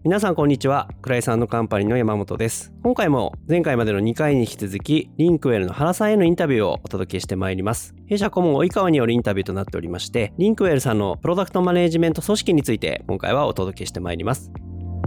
皆さんこんにちは。クライさんのカンパニーの山本です。今回も前回までの2回に引き続きリンクウェルの原さんへのインタビューをお届けしてまいります。弊社顧問及川によるインタビューとなっておりまして、リンクウェルさんのプロダクトマネジメント組織について今回はお届けしてまいります。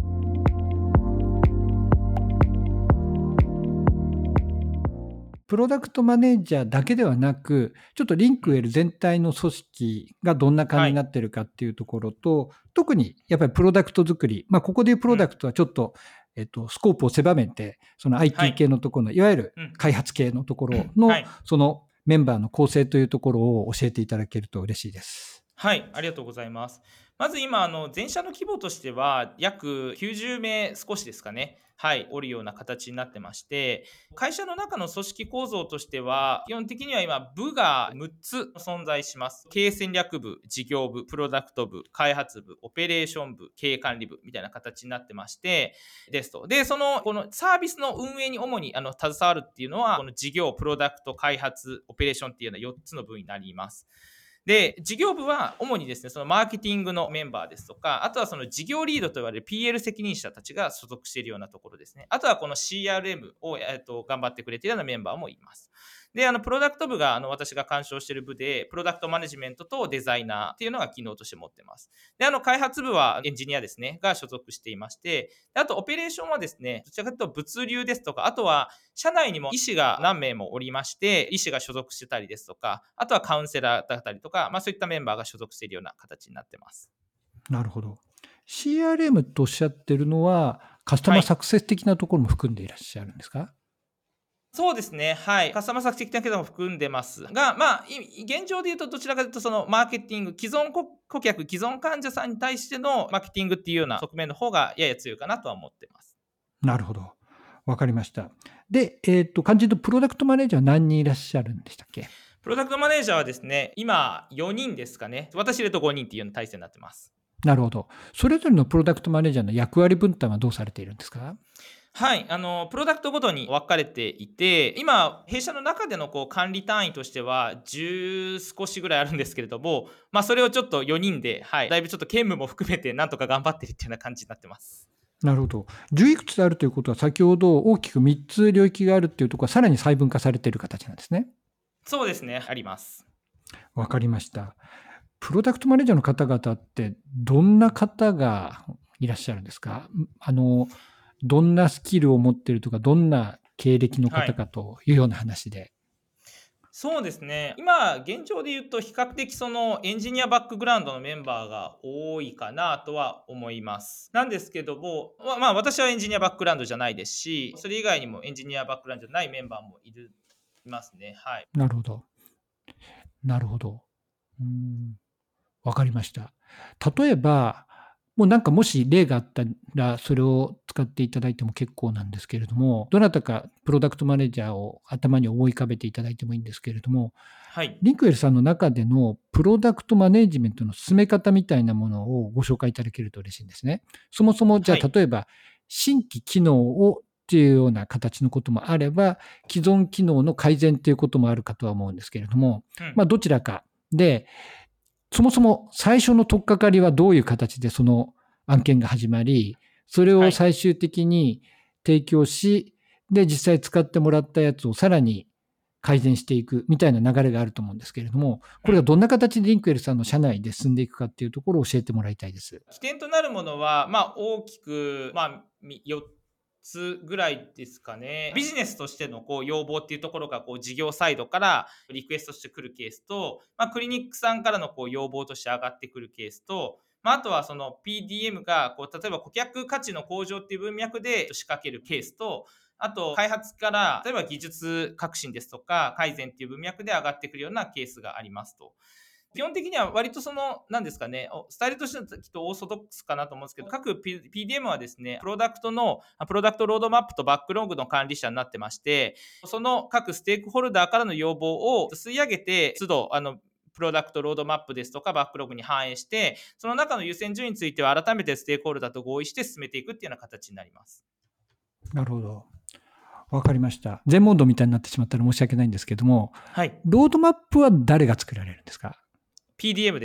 プロダクトマネージャーだけではなく、ちょっとリンクウェル全体の組織がどんな感じになっているかっていうところと、特にやっぱりプロダクト作り、ここでいうプロダクトはちょっと、スコープを狭めて、その IT 系のところの、いわゆる開発系のところの、そのメンバーの構成というところを教えていただけると嬉しいです。 はい、ありがとうございます。まず今、全社の規模としては、約90名少しですかね。はい、おるような形になってまして、会社の中の組織構造としては、基本的には今、部が6つ存在します。経営戦略部、事業部、プロダクト部、開発部、オペレーション部、経営管理部みたいな形になってまして、ですと。で、このサービスの運営に主に携わるっていうのは、この事業、プロダクト、開発、オペレーションっていうような4つの部になります。で、事業部は主にですね、そのマーケティングのメンバーですとか、あとはその事業リードと言われる PL 責任者たちが所属しているようなところですね。あとはこの CRM を、頑張ってくれているようなメンバーもいます。で、プロダクト部が私が監修している部で、プロダクトマネジメントとデザイナーっていうのが機能として持ってます。で、開発部はエンジニアですね、が所属していまして、であとオペレーションはですね、どちらかというと物流ですとか、あとは社内にも医師が何名もおりまして、医師が所属してたりですとか、あとはカウンセラーだったりとか、そういったメンバーが所属しているような形になってます。 なるほど。CRM とおっしゃってるのは、カスタマーサクセス的なところも含んでいらっしゃるんですか？ そうですね。はい。カスタマーサクセス的なけども含んでますが、現状で言うとどちらかというと、そのマーケティング、既存顧客、既存患者さんに対してのマーケティングっていうような側面の方がやや強いかなとは思ってます。 なるほど。わかりました。で、肝心のプロダクトマネージャーは何人いらっしゃるんでしたっけ？ プロダクトマネージャーはですね、今4人ですかね。私入れると5人っていうような体制になってます。 なるほど。それぞれのプロダクトマネージャーの役割分担はどうされているんですか？ はい、プロダクトごとに分かれていて、今、弊社の中での管理単位としては、10少しぐらいあるんですけれども、それをちょっと4人で、はい、だいぶちょっと兼務も含めて、なんとか頑張ってるっていうような感じになってます。 なるほど。10いくつあるということは、先ほど大きく3つ領域があるっていうところは、さらに細分化されている形なんですね。 そうですね、あります。 わかりました。プロダクトマネージャーの方々って、どんな方がいらっしゃるんですか？どんなスキルを持っているとか、どんな経歴の方かというような話で。 そうですね。今、現状で言うと、比較的そのエンジニアバックグラウンドのメンバーが多いかなとは思います。なんですけども、私はエンジニアバックグラウンドじゃないですし、それ以外にもエンジニアバックグラウンドじゃないメンバーもいますね。はい。 なるほど。なるほど。わかりました。例えば、もし例があったら、それを使っていただいても結構なんですけれども、どなたかプロダクトマネージャーを頭に思い浮かべていただいてもいいんですけれども、 はい。 リンクウェルさんの中でのプロダクトマネジメントの進め方みたいなものをご紹介いただけると嬉しいんですね。そもそも、じゃあ、例えば、新規機能をっていうような形のこともあれば、既存機能の改善ということもあるかとは思うんですけれども、どちらかで、そもそも最初の取っかかりはどういう形でその案件が始まり、それを最終的に提供し、で、実際使ってもらったやつをさらに改善していくみたいな流れがあると思うんですけれども、これがどんな形でリンクウェルさんの社内で進んでいくかっていうところを教えてもらいたいです。 起点となるものは、大きく、4つぐらいですかね。ビジネスとしての要望っていうところが事業サイドからリクエストしてくるケースと、クリニックさんからの要望として上がってくるケースと、あとはその PDM が例えば顧客価値の向上っていう文脈で仕掛けるケースと、あと開発から例えば技術革新ですとか改善っていう文脈で上がってくるようなケースがありますと。基本的には割と何ですかね、スタイルとしてはきっとオーソドックスかなと思うんですけど、各 PDM はですね、プロダクトロードマップとバックログの管理者になってまして、その各ステークホルダーからの要望を吸い上げて、都度、プロダクトロードマップですとかバックログに反映して、その中の優先順位については改めてステークホルダーと合意して進めていくっていうような形になります。 なるほど。わかりました。全問答みたいになってしまったら申し訳ないんですけども、 はい。 ロードマップは誰が作られるんですか？ PDM ですね。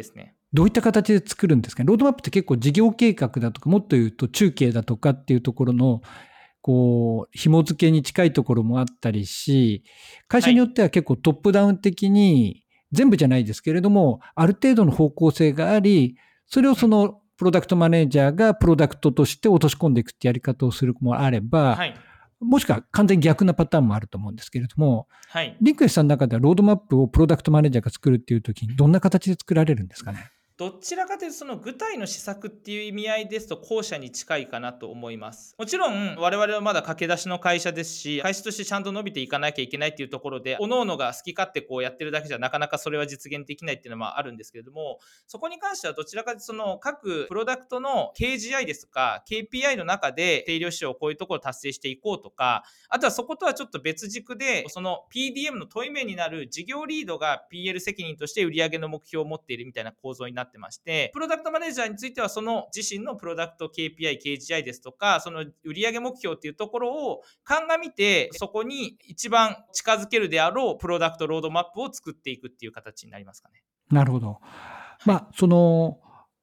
どういった形で作るんですかね。ロードマップって結構事業計画だとか、もっと言うと中継だとかっていうところの、紐付けに近いところもあったりし、会社によっては結構トップダウン的に、全部じゃないですけれども、ある程度の方向性があり、それをそのプロダクトマネージャーがプロダクトとして落とし込んでいくってやり方をするもあれば、もしくは完全に逆なパターンもあると思うんですけれども、リンクエスさんの中ではロードマップをプロダクトマネージャーが作るっていうときにどんな形で作られるんですかね。 どちらかというとその具体の施策っていう意味合いですと後者に近いかなと思います。もちろん我々はまだ駆け出しの会社ですし、会社としてちゃんと伸びていかなきゃいけないっていうところで、各々が好き勝手やってるだけじゃなかなかそれは実現できないっていうのはあるんですけれども、そこに関してはどちらかというとその各プロダクトの KGI ですとか KPI の中で定量指標をこういうところを達成していこうとか、あとはそことはちょっと別軸でその PDM の問い目になる事業リードが PL 責任として売上の目標を持っているみたいな構造になってまして、プロダクトマネージャーについてはその自身のプロダクト KPI、KGI ですとか、その売上目標っていうところを鑑みて、そこに一番近づけるであろうプロダクトロードマップを作っていくっていう形になりますかね。 なるほど。その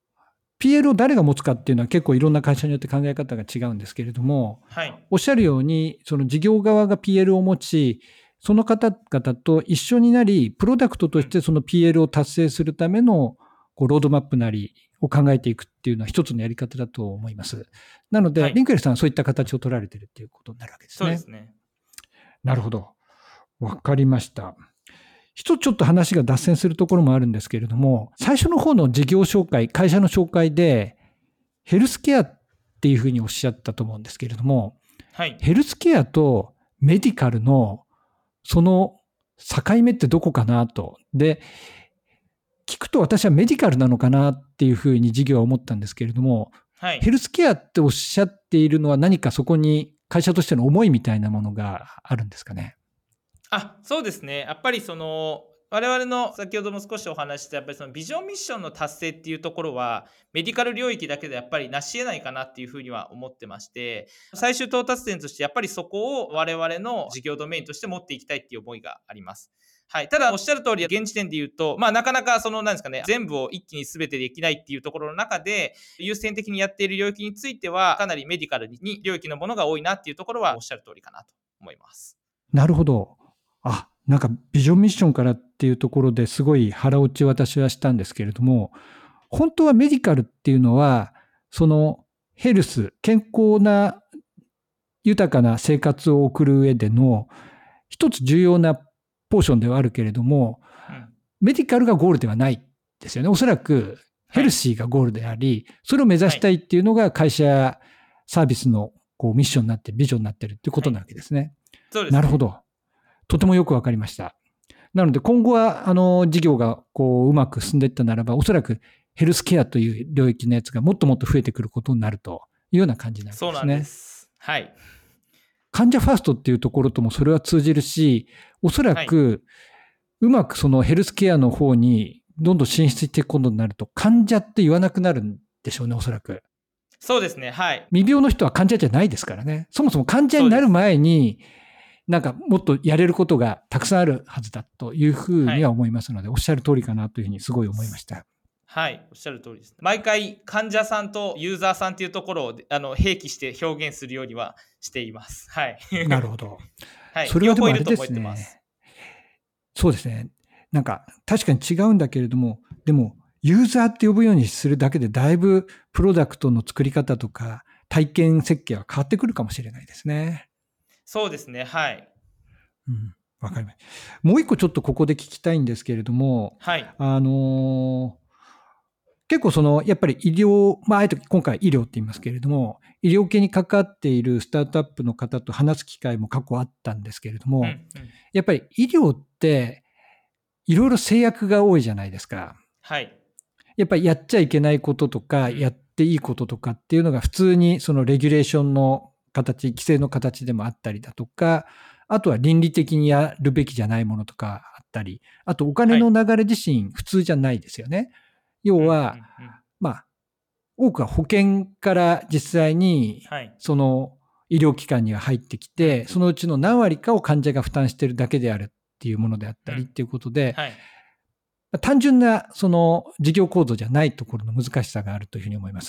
PL を誰が持つかっていうのは結構いろんな会社によって考え方が違うんですけれども、おっしゃるようにその事業側が PL を持ち、その方々と一緒になり、プロダクトとしてその PL を達成するためのロードマップなりを考えていくっていうのは一つのやり方だと思います。なので、リンクエルさんはそういった形を取られているっていうことになるわけですね。 そうですね。 なるほど。わかりました。一つちょっと話が脱線するところもあるんですけれども、最初の方の事業紹介、会社の紹介で、ヘルスケアっていうふうにおっしゃったと思うんですけれども、ヘルスケアとメディカルのその境目ってどこかなと。で、聞くと私はメディカルなのかなっていうふうに事業は思ったんですけれども、ヘルスケアっておっしゃっているのは何かそこに会社としての思いみたいなものがあるんですかね。 そうですね。やっぱり我々の先ほども少しお話ししたやっぱりそのビジョンミッションの達成っていうところはメディカル領域だけでやっぱり成し得ないかなっていうふうには思ってまして、最終到達点としてやっぱりそこを我々の事業ドメインとして持っていきたいっていう思いがあります。ただおっしゃる通り現時点で言うと、なかなかなんですかね、全部を一気に全てできないっていうところの中で優先的にやっている領域についてはかなりメディカルに領域のものが多いなっていうところはおっしゃる通りかなと思います。 なるほど。なんかビジョンミッションからっていうところですごい腹落ち私はしたんですけれども、本当はメディカルっていうのは、そのヘルス、健康な豊かな生活を送る上での一つ重要なポーションではあるけれども、メディカルがゴールではないですよね。おそらくヘルシーがゴールであり、それを目指したいっていうのが会社サービスのミッションになってる、ビジョンになってるっていうことなわけですね。 そうですね。 なるほど。とてもよくわかりました。なので今後は事業がうまく進んでいったならば、おそらくヘルスケアという領域のやつがもっともっと増えてくることになるというような感じになるんですね。 そうなんです。 患者ファーストっていうところともそれは通じるし、おそらくうまくそのヘルスケアの方にどんどん進出していくことになると、患者って言わなくなるんでしょうね、おそらく。 そうですね。 未病の人は患者じゃないですからね。そもそも患者になる前に、なんかもっとやれることがたくさんあるはずだというふうには思いますので、おっしゃる通りかなというふうにすごい思いました。 おっしゃる通りです。毎回患者さんとユーザーさんというところを併記して表現するようにはしています。 なるほど。 それはでもあれですね。 そうですね。なんか確かに違うんだけれども、でもユーザーって呼ぶようにするだけでだいぶプロダクトの作り方とか体験設計は変わってくるかもしれないですね。 そうですね。 わかりました。もう一個ちょっとここで聞きたいんですけれども、結構やっぱり医療、あえて今回医療って言いますけれども、医療系に関わっているスタートアップの方と話す機会も過去あったんですけれども、やっぱり医療っていろいろ制約が多いじゃないですか。やっぱりやっちゃいけないこととか、やっていいこととかっていうのが普通にそのレギュレーションの形、規制の形でもあったりだとか、あとは倫理的にやるべきじゃないものとかあったり、あとお金の流れ自身普通じゃないですよね。要は、多くは保険から実際にその医療機関には入ってきて、そのうちの何割かを患者が負担しているだけであるっていうものであったりっていうことで、 単純なその事業構造じゃないところの難しさがあるというふうに思います。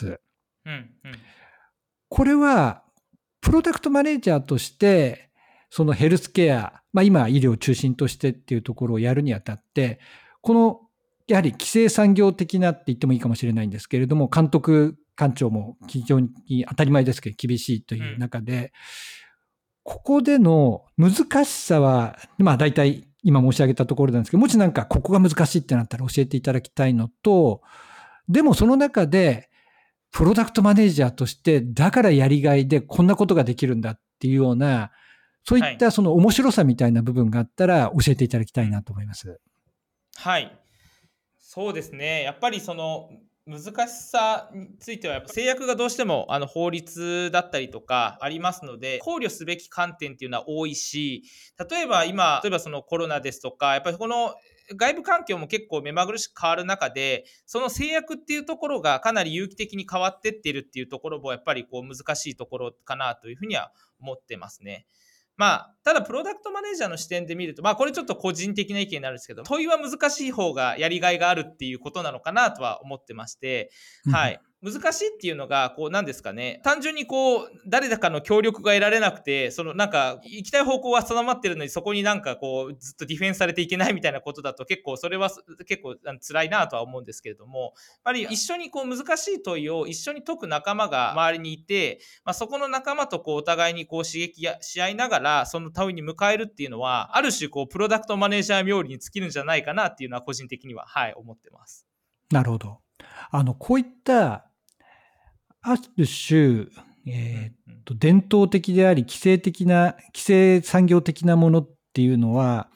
これはプロダクトマネージャーとしてそのヘルスケア、今医療を中心としてっていうところをやるにあたって、このやはり規制産業的なって言ってもいいかもしれないんですけれども、監督官庁も非常に当たり前ですけど厳しいという中で、ここでの難しさは大体今申し上げたところなんですけど、もしなんかここが難しいってなったら教えていただきたいのと、でもその中でプロダクトマネージャーとしてだからやりがいでこんなことができるんだっていうような、そういったその面白さみたいな部分があったら教えていただきたいなと思います。 はい。そうですね。やっぱりその難しさについては、やっぱ制約がどうしても法律だったりとかありますので、考慮すべき観点っていうのは多いし、例えばそのコロナですとか、やっぱりこの外部環境も結構目まぐるしく変わる中で、その制約っていうところがかなり有機的に変わってっているっていうところもやっぱり難しいところかなというふうには思ってますね。ただプロダクトマネージャーの視点で見ると、これちょっと個人的な意見になるんですけど、問いは難しい方がやりがいがあるっていうことなのかなとは思ってまして、はい。難しいっていうのが、何ですかね。単純に誰だかの協力が得られなくて、行きたい方向は定まってるのに、そこにずっとディフェンスされていけないみたいなことだと、それは結構辛いなとは思うんですけれども、やっぱり一緒に難しい問いを一緒に解く仲間が周りにいて、そこの仲間とお互いに刺激し合いながら、その問いに迎えるっていうのは、ある種プロダクトマネージャー冥利に尽きるんじゃないかなっていうのは個人的には、思ってます。 なるほど。こういったある種、伝統的であり、規制産業的なものっていうのは、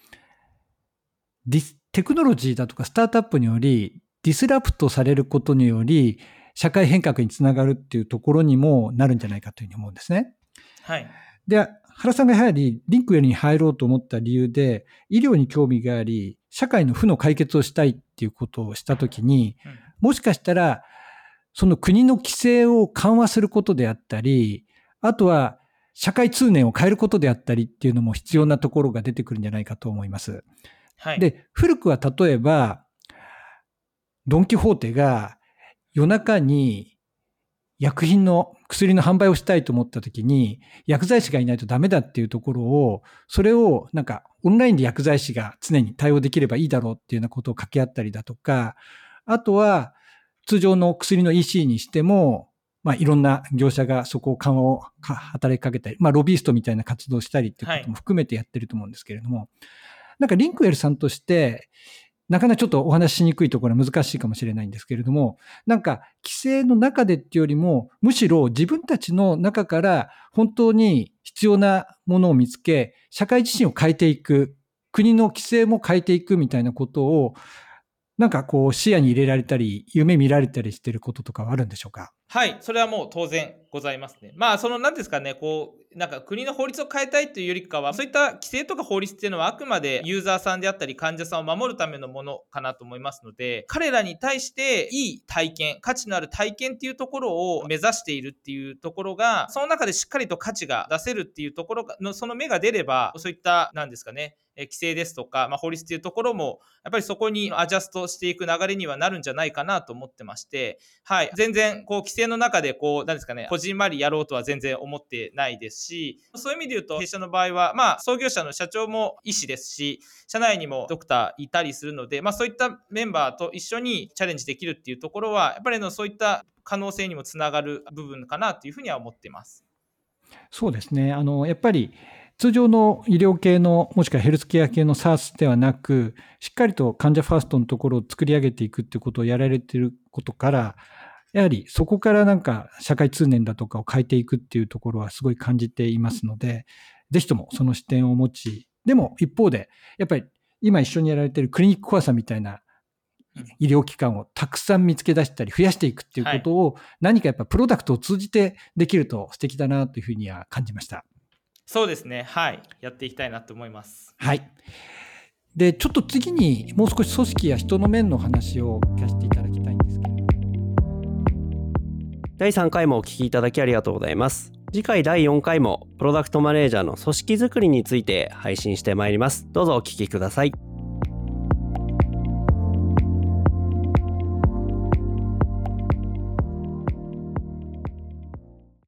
テクノロジーだとかスタートアップにより、ディスラプトされることにより、社会変革につながるっていうところにもなるんじゃないかというふうに思うんですね。 はい。 で、原さんがやはりリンクウェルに入ろうと思った理由で、医療に興味があり、社会の負の解決をしたいっていうことをしたときに、もしかしたら、その国の規制を緩和することであったり、あとは社会通念を変えることであったりっていうのも必要なところが出てくるんじゃないかと思います。 はい、 で、古くは例えば、ドン・キホーテが夜中に薬品の薬の販売をしたいと思ったときに、薬剤師がいないとダメだっていうところを、それをオンラインで薬剤師が常に対応できればいいだろうっていうようなことを掛け合ったりだとか、あとは通常の薬の EC にしても、いろんな業者がそこを緩和を働きかけたり、ロビーストみたいな活動をしたりっていうことも含めてやってると思うんですけれども、リンクウェルさんとして、なかなかちょっとお話ししにくいところは難しいかもしれないんですけれども、規制の中でっていうよりも、むしろ自分たちの中から本当に必要なものを見つけ、社会自身を変えていく、国の規制も変えていくみたいなことを、視野に入れられたり、夢見られたりしていることとかはあるんでしょうか？ はい、それはもう当然ございますね。何ですかね、国の法律を変えたいというよりかは、そういった規制とか法律っていうのはあくまでユーザーさんであったり患者さんを守るためのものかなと思いますので、彼らに対していい体験、価値のある体験っていうところを目指しているっていうところが、その中でしっかりと価値が出せるっていうところの、その目が出れば、そういった何ですかね、規制ですとか、法律っていうところもやっぱりそこにアジャストしていく流れにはなるんじゃないかなと思ってまして、はい、全然規制の中で何ですかね、こじんまりやろうとは全然思ってないですし、そういう意味で言うと弊社の場合は創業者の社長も医師ですし、社内にもドクターいたりするので、そういったメンバーと一緒にチャレンジできるっていうところはやっぱりそういった可能性にもつながる部分かなというふうには思っています。 そうですね。やっぱり通常の医療系のもしくはヘルスケア系の SaaS ではなく、しっかりと患者ファーストのところを作り上げていくっていうことをやられていることから、やはりそこから社会通念だとかを変えていくっていうところはすごい感じていますので、ぜひともその視点を持ち、でも一方でやっぱり今一緒にやられているクリニックコアさんみたいな医療機関をたくさん見つけ出したり増やしていくっていうことを何かやっぱプロダクトを通じてできると素敵だなというふうには感じました。 そうですね。はい。やっていきたいなと思います。 はい。で、ちょっと次にもう少し組織や人の面の話を聞かせていただきたいんですけれども。 第3回もお聞きいただきありがとうございます。次回第4回もプロダクトマネージャーの組織づくりについて配信してまいります。どうぞお聞きください。